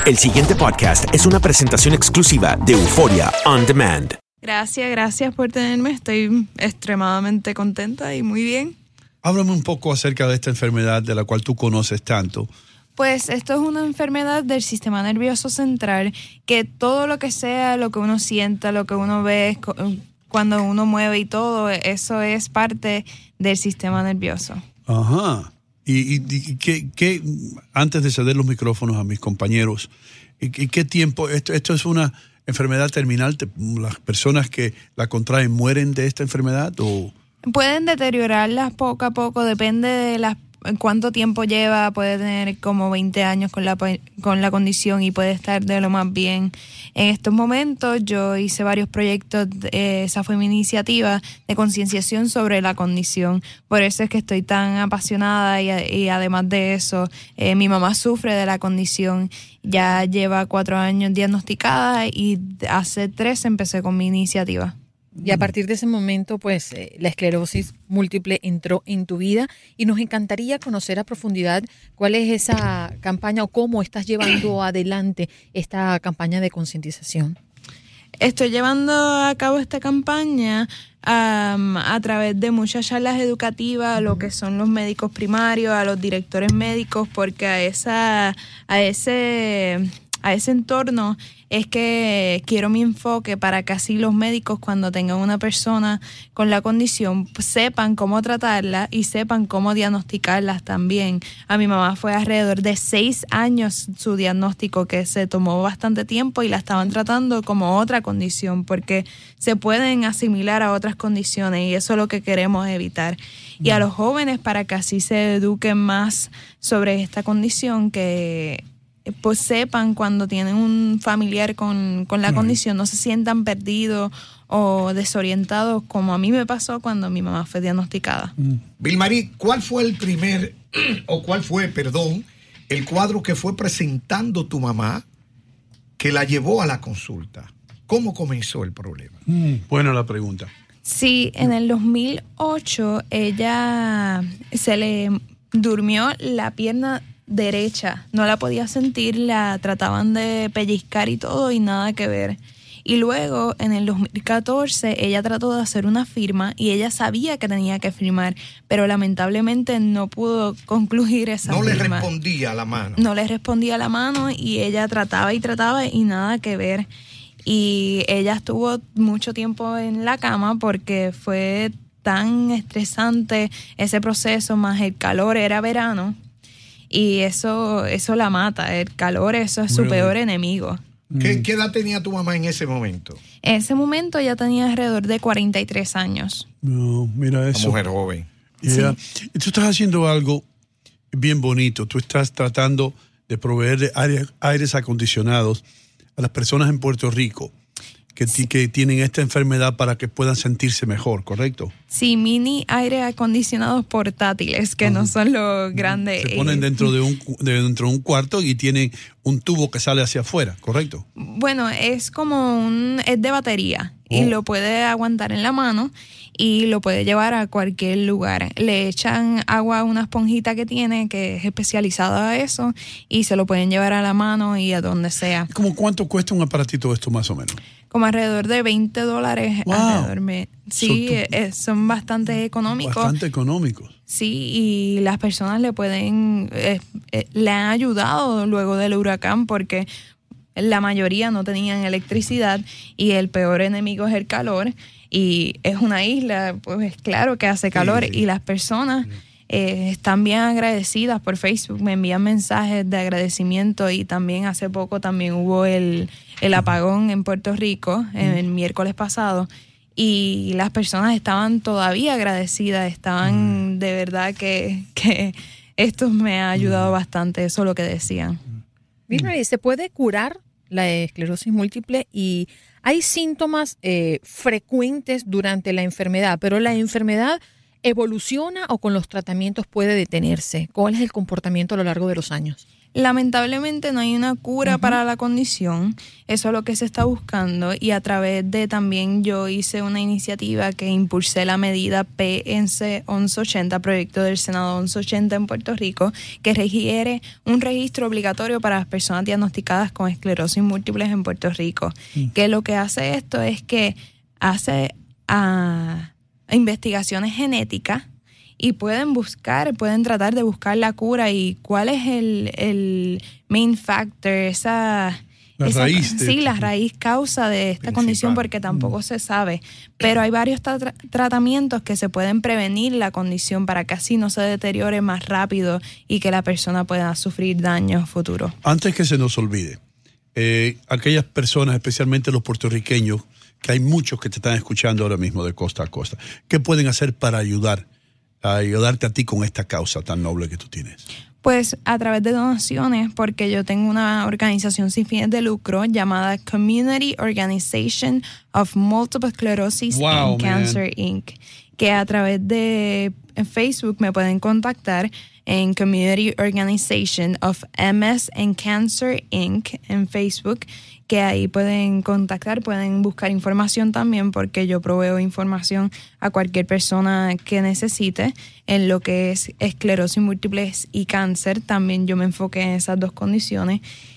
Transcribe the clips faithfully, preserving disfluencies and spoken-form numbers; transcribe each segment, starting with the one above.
El siguiente podcast es una presentación exclusiva de Euphoria On Demand. Gracias, gracias por tenerme. Estoy extremadamente contenta y muy bien. Háblame un poco acerca de esta enfermedad de la cual tú conoces tanto. Pues esto es una enfermedad del sistema nervioso central, que todo lo que sea, lo que uno sienta, lo que uno ve, cuando uno mueve y todo, eso es parte del sistema nervioso. Ajá. Y, y, y ¿qué, qué, antes de ceder los micrófonos a mis compañeros, ¿y qué tiempo? Esto, esto es una enfermedad terminal. ¿Las personas que la contraen mueren de esta enfermedad o...? Pueden deteriorarlas poco a poco, depende de las cuánto tiempo lleva, puede tener como veinte años con la con la condición y puede estar de lo más bien. En estos momentos yo hice varios proyectos, eh, esa fue mi iniciativa de concienciación sobre la condición. Por eso es que estoy tan apasionada y, y además de eso, eh, mi mamá sufre de la condición, ya lleva cuatro años diagnosticada y hace tres empecé con mi iniciativa. Y a partir de ese momento, pues, eh, la esclerosis múltiple entró en tu vida y nos encantaría conocer a profundidad cuál es esa campaña o cómo estás llevando adelante esta campaña de concientización. Estoy llevando a cabo esta campaña um, a través de muchas charlas educativas a lo que son los médicos primarios, a los directores médicos, porque a esa, a ese, a ese entorno es que quiero mi enfoque para que así los médicos, cuando tengan una persona con la condición, pues sepan cómo tratarla y sepan cómo diagnosticarlas también. A mi mamá fue alrededor de seis años su diagnóstico, que se tomó bastante tiempo y la estaban tratando como otra condición, porque se pueden asimilar a otras condiciones y eso es lo que queremos evitar. Y a los jóvenes, para que así se eduquen más sobre esta condición, que pues sepan cuando tienen un familiar con, con la mm. condición, no se sientan perdidos o desorientados como a mí me pasó cuando mi mamá fue diagnosticada. Mm. Vilmarí, ¿cuál fue el primer, o cuál fue, perdón, el cuadro que fue presentando tu mamá que la llevó a la consulta? ¿Cómo comenzó el problema? Mm, buena la pregunta. Sí, en el dos mil ocho ella se le durmió la pierna derecha, no la podía sentir, la trataban de pellizcar y todo y nada que ver. Y luego en el dos mil catorce ella trató de hacer una firma y ella sabía que tenía que firmar, pero lamentablemente no pudo concluir esa no firma. No le respondía a la mano. No le respondía a la mano y ella trataba y trataba y nada que ver. Y ella estuvo mucho tiempo en la cama porque fue tan estresante ese proceso, más el calor, era verano. Y eso eso la mata, el calor, eso es su Really? peor enemigo. ¿Qué, ¿Qué edad tenía tu mamá en ese momento? En ese momento ella tenía alrededor de cuarenta y tres años. No, mira eso. Una mujer joven. Yeah. Sí. Y tú estás haciendo algo bien bonito. Tú estás tratando de proveer de aire, aires acondicionados a las personas en Puerto Rico que, sí. que tienen esta enfermedad para que puedan sentirse mejor, ¿correcto? Sí, mini aire acondicionados portátiles, que uh-huh. no son los grandes. Se ponen dentro de un de dentro de un cuarto y tienen un tubo que sale hacia afuera, ¿correcto? Bueno, es como un, es de batería oh. y lo puede aguantar en la mano y lo puede llevar a cualquier lugar. Le echan agua a una esponjita que tiene, que es especializada a eso, y se lo pueden llevar a la mano y a donde sea. ¿Cómo cuánto cuesta un aparatito de esto más o menos? Como alrededor de veinte dólares. Wow. Alrededor me, sí, so, eh, son bastante económicos. Bastante económicos. Sí, y las personas le pueden, eh, eh, le han ayudado luego del huracán porque la mayoría no tenían electricidad y el peor enemigo es el calor y es una isla, pues claro que hace calor, sí, sí. Y las personas eh, están bien agradecidas por Facebook, me envían mensajes de agradecimiento y también hace poco también hubo el, el apagón en Puerto Rico, uh-huh. el miércoles pasado. Y las personas estaban todavía agradecidas, estaban mm. de verdad que, que esto me ha ayudado mm. bastante, eso es lo que decían. Vilmarí, ¿se puede curar la esclerosis múltiple? Y hay síntomas eh, frecuentes durante la enfermedad, pero la enfermedad evoluciona o con los tratamientos puede detenerse. ¿Cuál es el comportamiento a lo largo de los años? Lamentablemente no hay una cura uh-huh. para la condición, eso es lo que se está buscando, y a través de también yo hice una iniciativa que impulsé la medida P S once ochenta, proyecto del Senado once ochenta en Puerto Rico, que requiere un registro obligatorio para las personas diagnosticadas con esclerosis múltiple en Puerto Rico, uh-huh. que lo que hace esto es que hace uh, investigaciones genéticas y pueden buscar, pueden tratar de buscar la cura y cuál es el, el main factor, esa... La esa, raíz. Sí, la raíz causa de esta principal condición, porque tampoco mm. se sabe. Pero hay varios tra- tratamientos que se pueden prevenir la condición para que así no se deteriore más rápido y que la persona pueda sufrir daños futuros. Antes que se nos olvide, eh, aquellas personas, especialmente los puertorriqueños, que hay muchos que te están escuchando ahora mismo de costa a costa, ¿qué pueden hacer para ayudar? A ayudarte a ti con esta causa tan noble que tú tienes? Pues a través de donaciones, porque yo tengo una organización sin fines de lucro llamada Community Organization of Multiple Sclerosis wow, and Cancer incorporated, que a través de Facebook me pueden contactar en Community Organization of M S and Cancer incorporated en Facebook, que ahí pueden contactar, pueden buscar información también, porque yo proveo información a cualquier persona que necesite en lo que es esclerosis múltiple y cáncer. También yo me enfoqué en esas dos condiciones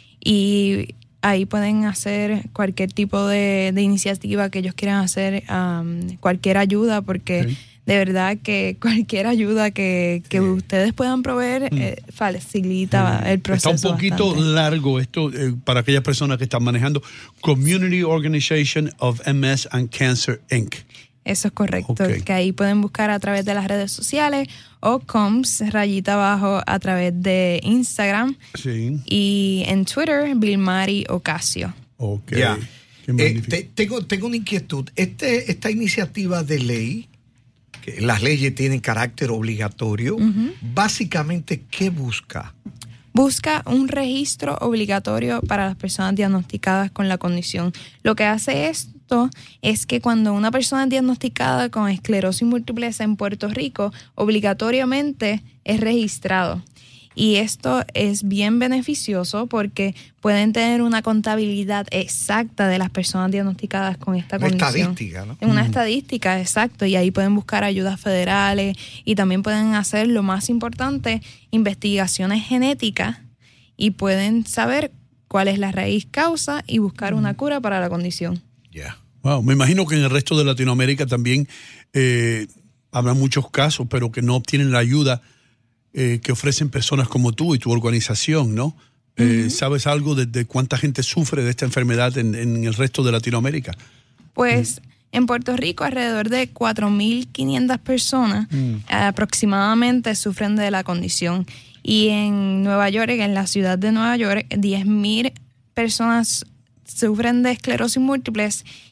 y ahí pueden hacer cualquier tipo de, de iniciativa que ellos quieran hacer, um, cualquier ayuda, porque okay. de verdad que cualquier ayuda que, que sí. ustedes puedan proveer mm. eh, facilita mm. el proceso. Está un poquito bastante. largo esto eh, para aquellas personas que están manejando. Community Organization of M S and Cancer incorporated. Eso es correcto, okay. que ahí pueden buscar a través de las redes sociales o C O M S, rayita abajo, a través de Instagram sí. y en Twitter, Vilmari Ocasio. Ok. Ya. Eh, te, tengo, tengo una inquietud. Este, esta iniciativa de ley, que las leyes tienen carácter obligatorio, uh-huh. básicamente, ¿qué busca? Busca un registro obligatorio para las personas diagnosticadas con la condición. Lo que hace esto es que cuando una persona es diagnosticada con esclerosis múltiple en Puerto Rico, obligatoriamente es registrado. Y esto es bien beneficioso porque pueden tener una contabilidad exacta de las personas diagnosticadas con esta una condición. Estadística, ¿no? Una Mm. estadística, exacto. Y ahí pueden buscar ayudas federales y también pueden hacer, lo más importante, investigaciones genéticas y pueden saber cuál es la raíz causa y buscar una cura para la condición. Ya. Yeah. Wow, me imagino que en el resto de Latinoamérica también eh, habrá muchos casos, pero que no obtienen la ayuda Eh, que ofrecen personas como tú y tu organización, ¿no? Eh, uh-huh. ¿Sabes algo de, de cuánta gente sufre de esta enfermedad en, en el resto de Latinoamérica? Pues uh-huh. en Puerto Rico alrededor de cuatro mil quinientas personas uh-huh. aproximadamente sufren de la condición. Y en Nueva York, en la ciudad de Nueva York, diez mil personas sufren de esclerosis múltiple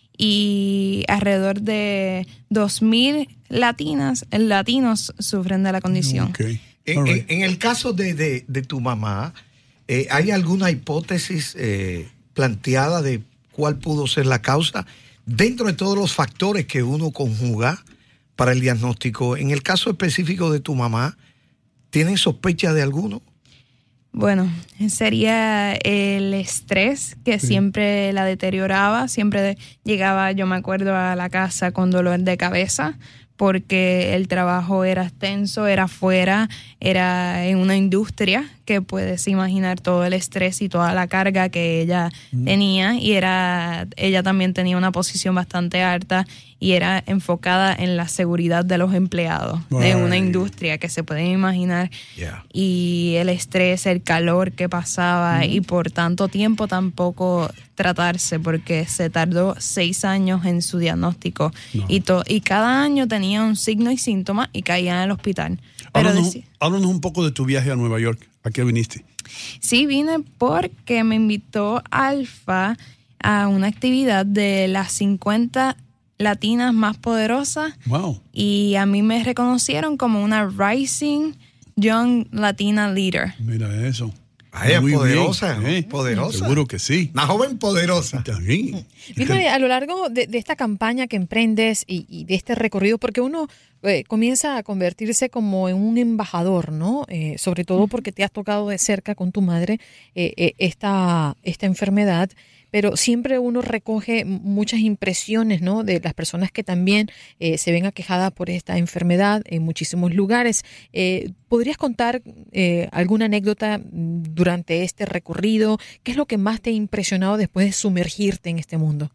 y alrededor de dos mil latinas, latinos sufren de la condición. Okay. En, right. en, en el caso de, de, de tu mamá, eh, ¿hay alguna hipótesis eh, planteada de cuál pudo ser la causa dentro de todos los factores que uno conjuga para el diagnóstico? En el caso específico de tu mamá, ¿tienen sospecha de alguno? Bueno, sería el estrés que sí. siempre la deterioraba, siempre llegaba, yo me acuerdo, a la casa con dolor de cabeza, porque el trabajo era extenso, era afuera, era en una industria que puedes imaginar todo el estrés y toda la carga que ella mm. tenía, y era ella también tenía una posición bastante alta y era enfocada en la seguridad de los empleados right. de una industria que se pueden imaginar yeah. y el estrés, el calor que pasaba mm. y por tanto tiempo tampoco tratarse, porque se tardó seis años en su diagnóstico no. y, to- y cada año tenía un signo y síntoma y caía en el hospital. Pero háblanos, dec- háblanos un poco de tu viaje a Nueva York. ¿A qué viniste? Sí, vine porque me invitó Alfa a una actividad de las cincuenta latinas más poderosas. Wow. Y a mí me reconocieron como una Rising Young Latina Leader. Mira eso. Ay, Muy poderosa, bien, ¿eh? poderosa. Seguro que sí. Una joven poderosa. También. Vilmary, a lo largo de, de esta campaña que emprendes y, y de este recorrido, porque uno eh, comienza a convertirse como en un embajador, ¿no? Eh, sobre todo porque te has tocado de cerca con tu madre eh, eh, esta, esta enfermedad, pero siempre uno recoge muchas impresiones, ¿no? De las personas que también eh, se ven aquejadas por esta enfermedad en muchísimos lugares. Eh, ¿Podrías contar eh, alguna anécdota durante este recorrido? ¿Qué es lo que más te ha impresionado después de sumergirte en este mundo?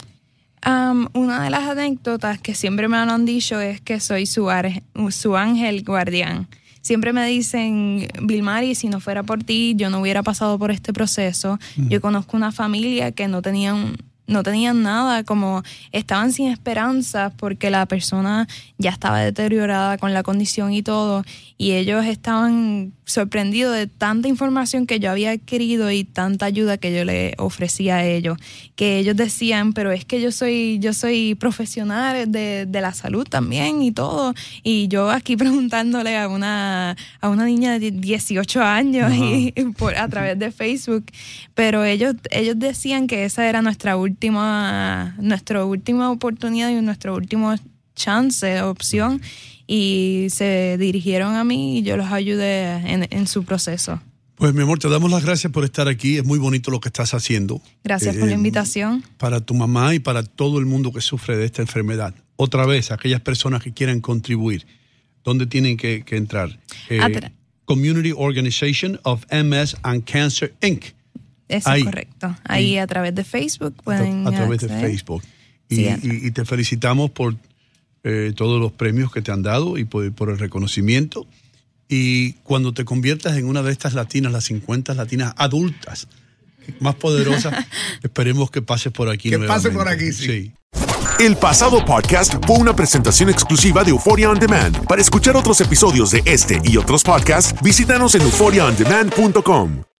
Um, una de las anécdotas que siempre me han dicho es que soy su, ar- su ángel guardián. Siempre me dicen, Vilmary, si no fuera por ti, yo no hubiera pasado por este proceso. Uh-huh. Yo conozco una familia que no tenían, no tenían nada, como estaban sin esperanzas porque la persona ya estaba deteriorada con la condición y todo, y ellos estaban sorprendidos de tanta información que yo había adquirido y tanta ayuda que yo le ofrecía a ellos, que ellos decían, pero es que yo soy yo soy profesional de, de la salud también y todo, y yo aquí preguntándole a una a una niña de dieciocho años y, y por a través de Facebook, pero ellos ellos decían que esa era nuestra última nuestra última oportunidad y nuestro último chance, opción, y se dirigieron a mí y yo los ayudé en, en su proceso. Pues mi amor, te damos las gracias por estar aquí. Es muy bonito lo que estás haciendo. Gracias eh, por la invitación. Para tu mamá y para todo el mundo que sufre de esta enfermedad. Otra vez, aquellas personas que quieran contribuir, ¿dónde tienen que, que entrar? Eh, Atra- Community Organization of M S and Cancer incorporated. Eso Ahí. Es correcto. Ahí, Ahí a través de Facebook pueden A, a través acceder. de Facebook. Y, sí, y, y te felicitamos por eh, todos los premios que te han dado y por, por el reconocimiento. Y cuando te conviertas en una de estas latinas, las cincuenta latinas adultas, más poderosas, esperemos que pases por aquí. Que nuevamente. pase por aquí, sí. sí. El pasado podcast fue una presentación exclusiva de Euphoria On Demand. Para escuchar otros episodios de este y otros podcasts, visítanos en euphoria on demand punto com.